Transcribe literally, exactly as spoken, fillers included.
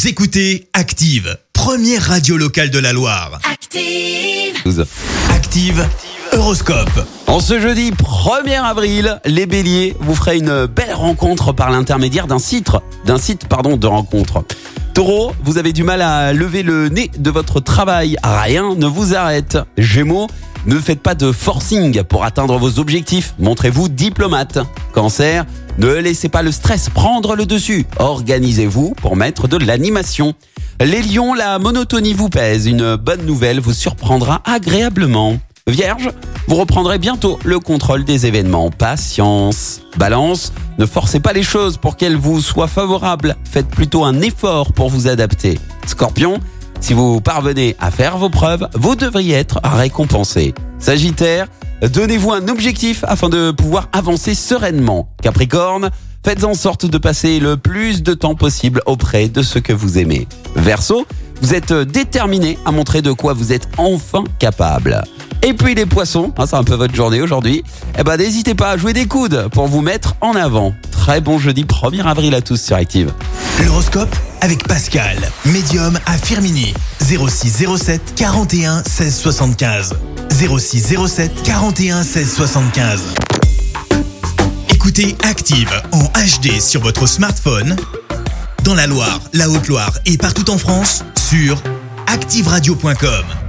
Vous écoutez Active, première radio locale de la Loire. Active. Active Horoscope. En ce jeudi premier avril, les béliers, vous ferez une belle rencontre par l'intermédiaire d'un site, d'un site pardon, de rencontre. Taureau, vous avez du mal à lever le nez de votre travail, rien ne vous arrête. Gémeaux, ne faites pas de forcing pour atteindre vos objectifs, montrez-vous diplomate. Cancer, ne laissez pas le stress prendre le dessus, organisez-vous pour mettre de l'animation. Les lions, la monotonie vous pèse, une bonne nouvelle vous surprendra agréablement. Vierge, vous reprendrez bientôt le contrôle des événements. Patience. Balance, ne forcez pas les choses pour qu'elles vous soient favorables. Faites plutôt un effort pour vous adapter. Scorpion, si vous parvenez à faire vos preuves, vous devriez être récompensé. Sagittaire, donnez-vous un objectif afin de pouvoir avancer sereinement. Capricorne, faites en sorte de passer le plus de temps possible auprès de ceux que vous aimez. Verseau, vous êtes déterminé à montrer de quoi vous êtes enfin capable. Et puis les poissons, hein, c'est un peu votre journée aujourd'hui, eh ben n'hésitez pas à jouer des coudes pour vous mettre en avant. Très bon jeudi premier avril à tous sur Active. L'horoscope avec Pascal, médium à Firminy, zéro six zéro sept quarante et un seize soixante-quinze. zéro six zéro sept quarante et un seize soixante-quinze. Écoutez Active en H D sur votre smartphone, dans la Loire, la Haute-Loire et partout en France, sur active radio point com.